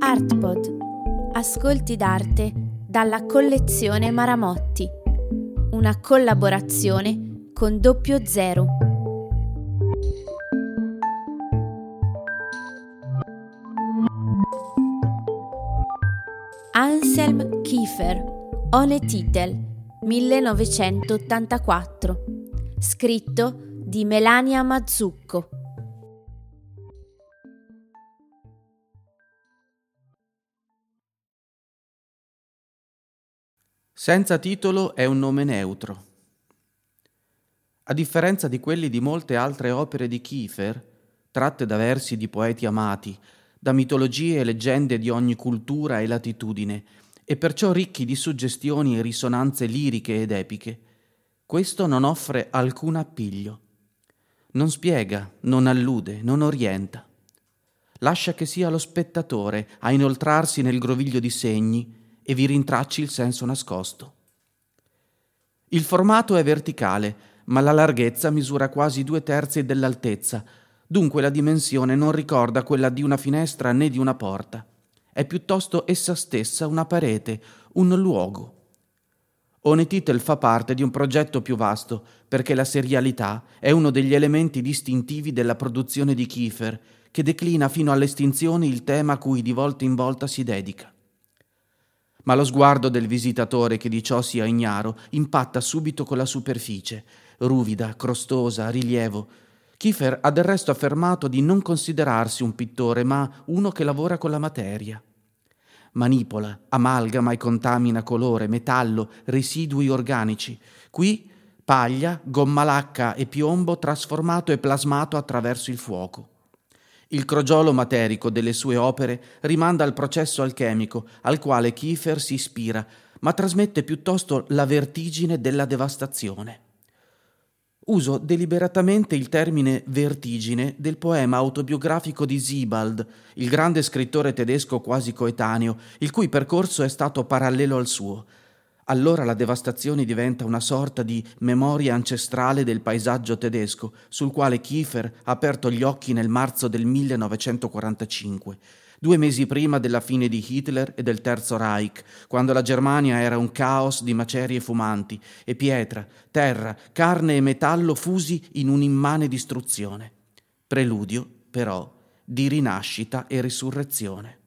Artpod. Ascolti d'arte dalla collezione Maramotti. Una collaborazione con 00. Anselm Kiefer, Ohne Titel, 1984. Scritto di Melania Mazzucco. Senza titolo è un nome neutro. A differenza di quelli di molte altre opere di Kiefer, tratte da versi di poeti amati, da mitologie e leggende di ogni cultura e latitudine, e perciò ricchi di suggestioni e risonanze liriche ed epiche, questo non offre alcun appiglio. Non spiega, non allude, non orienta. Lascia che sia lo spettatore a inoltrarsi nel groviglio di segni e vi rintracci il senso nascosto. Il formato è verticale, ma la larghezza misura quasi 2/3 dell'altezza, dunque la dimensione non ricorda quella di una finestra né di una porta. È piuttosto essa stessa una parete, un luogo. Ohne Titel fa parte di un progetto più vasto, perché la serialità è uno degli elementi distintivi della produzione di Kiefer, che declina fino all'estinzione il tema a cui di volta in volta si dedica. Ma lo sguardo del visitatore che di ciò sia ignaro impatta subito con la superficie, ruvida, crostosa, a rilievo. Kiefer ha del resto affermato di non considerarsi un pittore, ma uno che lavora con la materia. Manipola, amalgama e contamina colore, metallo, residui organici. Qui paglia, gomma lacca e piombo trasformato e plasmato attraverso il fuoco. Il crogiolo materico delle sue opere rimanda al processo alchemico al quale Kiefer si ispira, ma trasmette piuttosto la vertigine della devastazione. Uso deliberatamente il termine vertigine del poema autobiografico di Sebald, il grande scrittore tedesco quasi coetaneo, il cui percorso è stato parallelo al suo. Allora la devastazione diventa una sorta di memoria ancestrale del paesaggio tedesco, sul quale Kiefer ha aperto gli occhi nel marzo del 1945, 2 mesi prima della fine di Hitler e del Terzo Reich, quando la Germania era un caos di macerie fumanti e pietra, terra, carne e metallo fusi in un'immane distruzione. Preludio, però, di rinascita e risurrezione.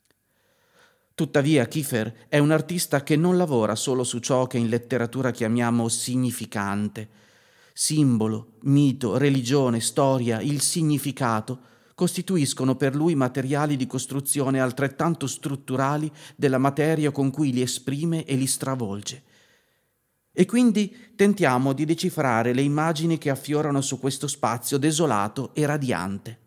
Tuttavia Kiefer è un artista che non lavora solo su ciò che in letteratura chiamiamo significante. Simbolo, mito, religione, storia, il significato costituiscono per lui materiali di costruzione altrettanto strutturali della materia con cui li esprime e li stravolge. E quindi tentiamo di decifrare le immagini che affiorano su questo spazio desolato e radiante.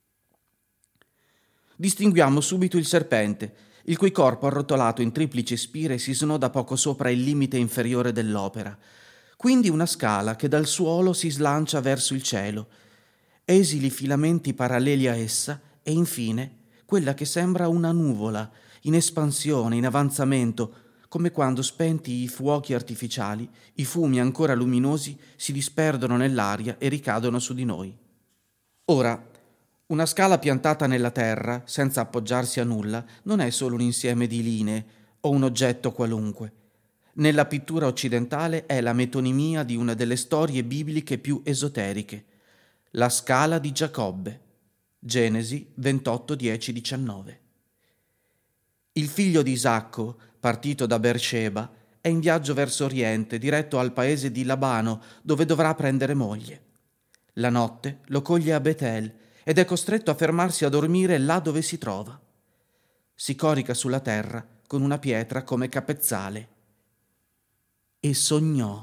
Distinguiamo subito il serpente, il cui corpo arrotolato in triplici spire si snoda poco sopra il limite inferiore dell'opera, quindi una scala che dal suolo si slancia verso il cielo, esili filamenti paralleli a essa e infine quella che sembra una nuvola, in espansione, in avanzamento, come quando spenti i fuochi artificiali, i fumi ancora luminosi si disperdono nell'aria e ricadono su di noi. Ora, una scala piantata nella terra, senza appoggiarsi a nulla, non è solo un insieme di linee o un oggetto qualunque. Nella pittura occidentale è la metonimia di una delle storie bibliche più esoteriche, la scala di Giacobbe, Genesi 28, 10, 19. Il figlio di Isacco, partito da Beersheba, è in viaggio verso oriente, diretto al paese di Labano, dove dovrà prendere moglie. La notte lo coglie a Betel ed è costretto a fermarsi a dormire là dove si trova. Si corica sulla terra con una pietra come capezzale. E sognò.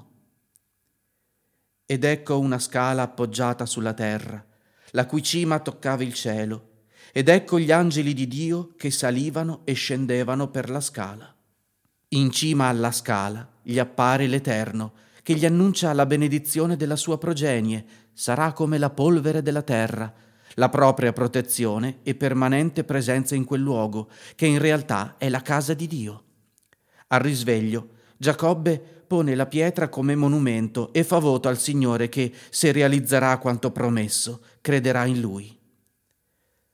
Ed ecco una scala appoggiata sulla terra, la cui cima toccava il cielo, ed ecco gli angeli di Dio che salivano e scendevano per la scala. In cima alla scala gli appare l'Eterno, che gli annuncia la benedizione della sua progenie, sarà come la polvere della terra, la propria protezione e permanente presenza in quel luogo, che in realtà è la casa di Dio. Al risveglio, Giacobbe pone la pietra come monumento e fa voto al Signore che, se realizzerà quanto promesso, crederà in Lui.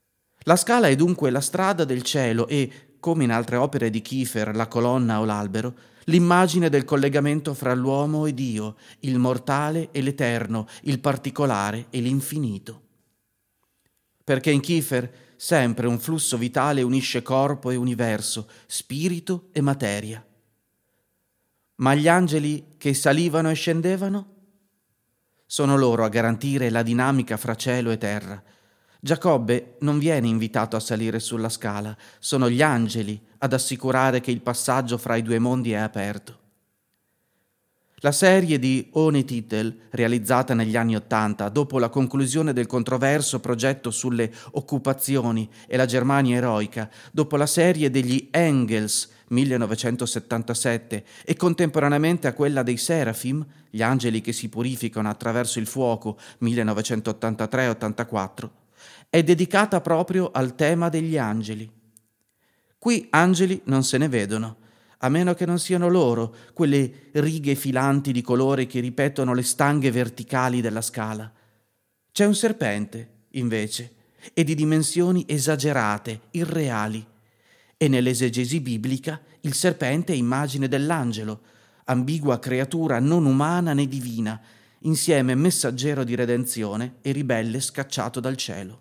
La scala è dunque la strada del cielo e, come in altre opere di Kiefer, la colonna o l'albero, l'immagine del collegamento fra l'uomo e Dio, il mortale e l'eterno, il particolare e l'infinito. Perché in Kiefer sempre un flusso vitale unisce corpo e universo, spirito e materia. Ma gli angeli che salivano e scendevano? Sono loro a garantire la dinamica fra cielo e terra. Giacobbe non viene invitato a salire sulla scala, sono gli angeli ad assicurare che il passaggio fra i due mondi è aperto. La serie di Ohne Titel, realizzata negli anni '80, dopo la conclusione del controverso progetto sulle occupazioni e la Germania eroica, dopo la serie degli Engels, 1977, e contemporaneamente a quella dei Serafim, gli angeli che si purificano attraverso il fuoco, 1983-84, è dedicata proprio al tema degli angeli. Qui angeli non se ne vedono, a meno che non siano loro, quelle righe filanti di colore che ripetono le stanghe verticali della scala. C'è un serpente, invece, e di dimensioni esagerate, irreali. E nell'esegesi biblica il serpente è immagine dell'angelo, ambigua creatura non umana né divina, insieme messaggero di redenzione e ribelle scacciato dal cielo.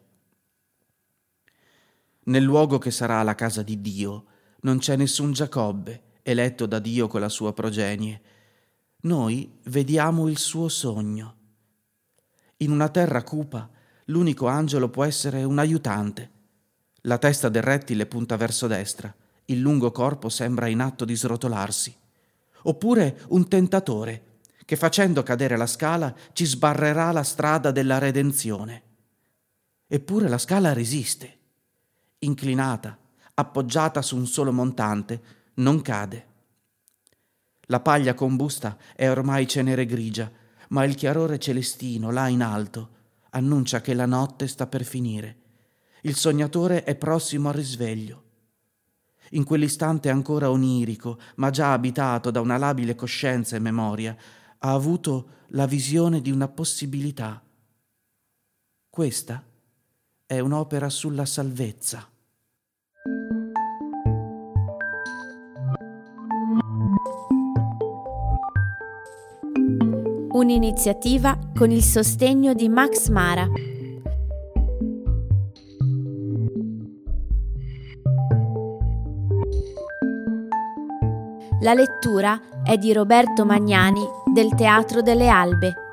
Nel luogo che sarà la casa di Dio non c'è nessun Giacobbe, eletto da Dio con la sua progenie. Noi vediamo il suo sogno. In una terra cupa, l'unico angelo può essere un aiutante. La testa del rettile punta verso destra, il lungo corpo sembra in atto di srotolarsi. Oppure un tentatore, che facendo cadere la scala ci sbarrerà la strada della redenzione. Eppure la scala resiste. Inclinata, appoggiata su un solo montante, non cade. La paglia combusta è ormai cenere grigia, ma il chiarore celestino, là in alto, annuncia che la notte sta per finire. Il sognatore è prossimo al risveglio. In quell'istante ancora onirico, ma già abitato da una labile coscienza e memoria, ha avuto la visione di una possibilità. Questa è un'opera sulla salvezza. Un'iniziativa con il sostegno di Max Mara. La lettura è di Roberto Magnani del Teatro delle Albe.